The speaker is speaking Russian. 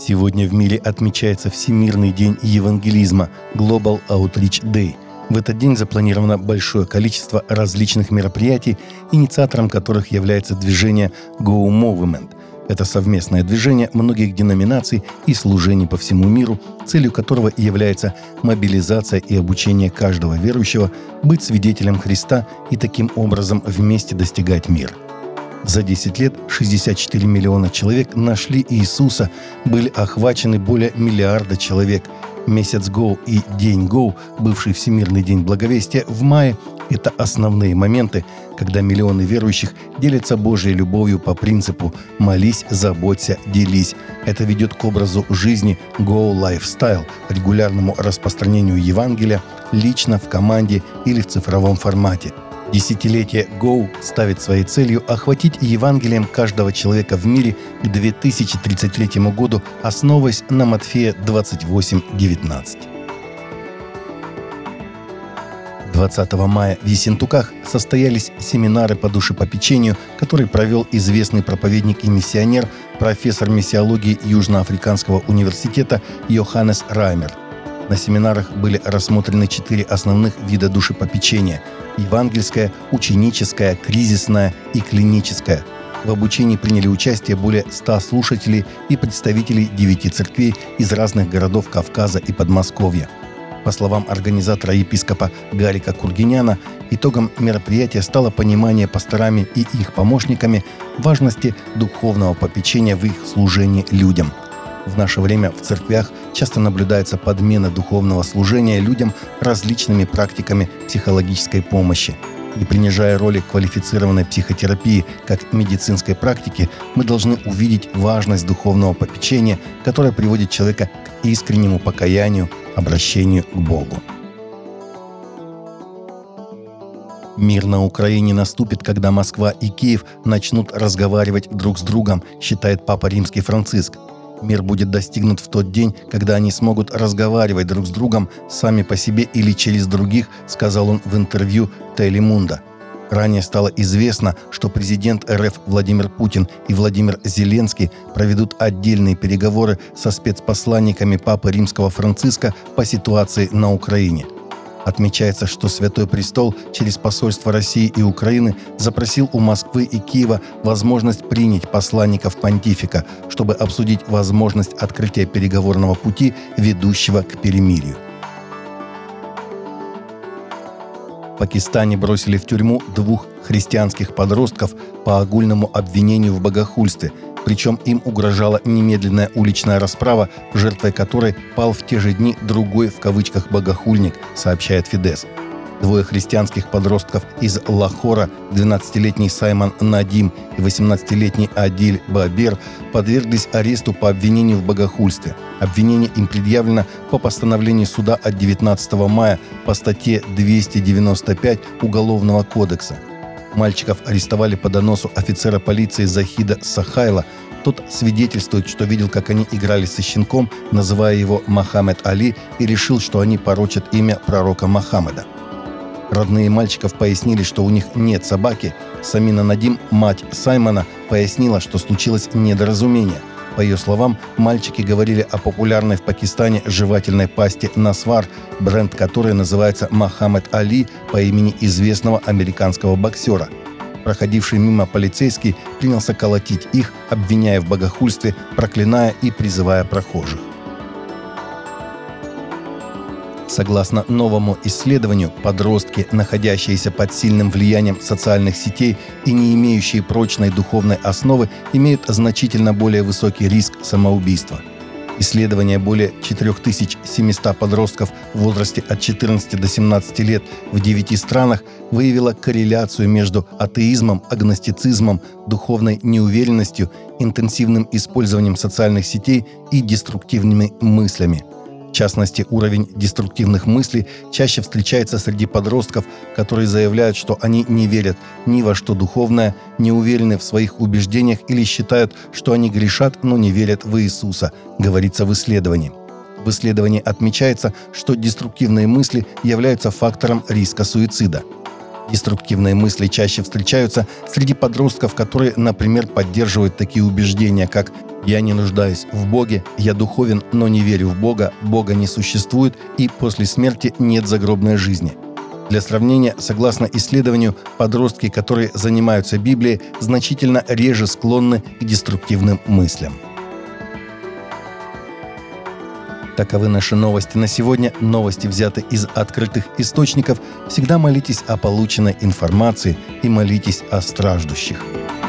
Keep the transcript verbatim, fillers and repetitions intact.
Сегодня в мире отмечается Всемирный день евангелизма Global Outreach Day. В этот день запланировано большое количество различных мероприятий, инициатором которых является движение Go Movement. Это совместное движение многих деноминаций и служений по всему миру, целью которого является мобилизация и обучение каждого верующего быть свидетелем Христа и таким образом вместе достигать мира. За десять лет шестьдесят четыре миллиона человек нашли Иисуса, были охвачены более миллиарда человек. Месяц Go и День Go, бывший Всемирный день благовестия, в мае – это основные моменты, когда миллионы верующих делятся Божьей любовью по принципу «молись, заботься, делись». Это ведет к образу жизни Go Lifestyle, регулярному распространению Евангелия лично, в команде или в цифровом формате. Десятилетие Go ставит своей целью охватить Евангелием каждого человека в мире к две тысячи тридцать третьему году, основываясь на Матфея двадцать восемь девятнадцать. двадцатого мая в Ессентуках состоялись семинары по душепопечению, которые провел известный проповедник и миссионер, профессор миссиологии Южноафриканского университета Йоханнес Раймер. На семинарах были рассмотрены четыре основных вида душепопечения – евангельское, ученическое, кризисное и клиническое. В обучении приняли участие более ста слушателей и представителей девяти церквей из разных городов Кавказа и Подмосковья. По словам организатора епископа Гарика Кургиняна, итогом мероприятия стало понимание пасторами и их помощниками важности духовного попечения в их служении людям. В наше время в церквях часто наблюдается подмена духовного служения людям различными практиками психологической помощи. Не принижая роли квалифицированной психотерапии как медицинской практики, мы должны увидеть важность духовного попечения, которое приводит человека к искреннему покаянию, обращению к Богу. Мир на Украине наступит, когда Москва и Киев начнут разговаривать друг с другом, считает Папа Римский Франциск. Мир будет достигнут в тот день, когда они смогут разговаривать друг с другом сами по себе или через других, сказал он в интервью Телемунда. Ранее стало известно, что президент РФ Владимир Путин и Владимир Зеленский проведут отдельные переговоры со спецпосланниками Папы Римского Франциска по ситуации на Украине. Отмечается, что Святой Престол через посольство России и Украины запросил у Москвы и Киева возможность принять посланников понтифика, чтобы обсудить возможность открытия переговорного пути, ведущего к перемирию. В Пакистане бросили в тюрьму двух христианских подростков по огульному обвинению в богохульстве, причем им угрожала немедленная уличная расправа, жертвой которой пал в те же дни другой в кавычках «богохульник», сообщает Фидес. Двое христианских подростков из Лахора, двенадцатилетний Саймон Надим и восемнадцатилетний Адиль Бабер, подверглись аресту по обвинению в богохульстве. Обвинение им предъявлено по постановлению суда от девятнадцатого мая по статье двести девяносто пять Уголовного кодекса. Мальчиков арестовали по доносу офицера полиции Захида Сахайла. Тот свидетельствует, что видел, как они играли со щенком, называя его Мохаммед Али, и решил, что они порочат имя пророка Мохаммеда. Родные мальчиков пояснили, что у них нет собаки. Самина Надим, мать Саймона, пояснила, что случилось недоразумение. По ее словам, мальчики говорили о популярной в Пакистане жевательной пасте «Насвар», бренд которой называется «Мохаммед Али» по имени известного американского боксера. Проходивший мимо полицейский принялся колотить их, обвиняя в богохульстве, проклиная и призывая прохожих. Согласно новому исследованию, подростки, находящиеся под сильным влиянием социальных сетей и не имеющие прочной духовной основы, имеют значительно более высокий риск самоубийства. Исследование более четыре тысячи семьсот подростков в возрасте от четырнадцати до семнадцати лет в девяти странах выявило корреляцию между атеизмом, агностицизмом, духовной неуверенностью, интенсивным использованием социальных сетей и деструктивными мыслями. В частности, уровень деструктивных мыслей чаще встречается среди подростков, которые заявляют, что они не верят ни во что духовное, не уверены в своих убеждениях или считают, что они грешат, но не верят в Иисуса, говорится в исследовании. В исследовании отмечается, что деструктивные мысли являются фактором риска суицида. Деструктивные мысли чаще встречаются среди подростков, которые, например, поддерживают такие убеждения, как «я не нуждаюсь в Боге», «я духовен, но не верю в Бога», «Бога не существует» и «после смерти нет загробной жизни». Для сравнения, согласно исследованию, подростки, которые занимаются Библией, значительно реже склонны к деструктивным мыслям. Таковы наши новости на сегодня. Новости взяты из открытых источников. Всегда молитесь о полученной информации и молитесь о страждущих.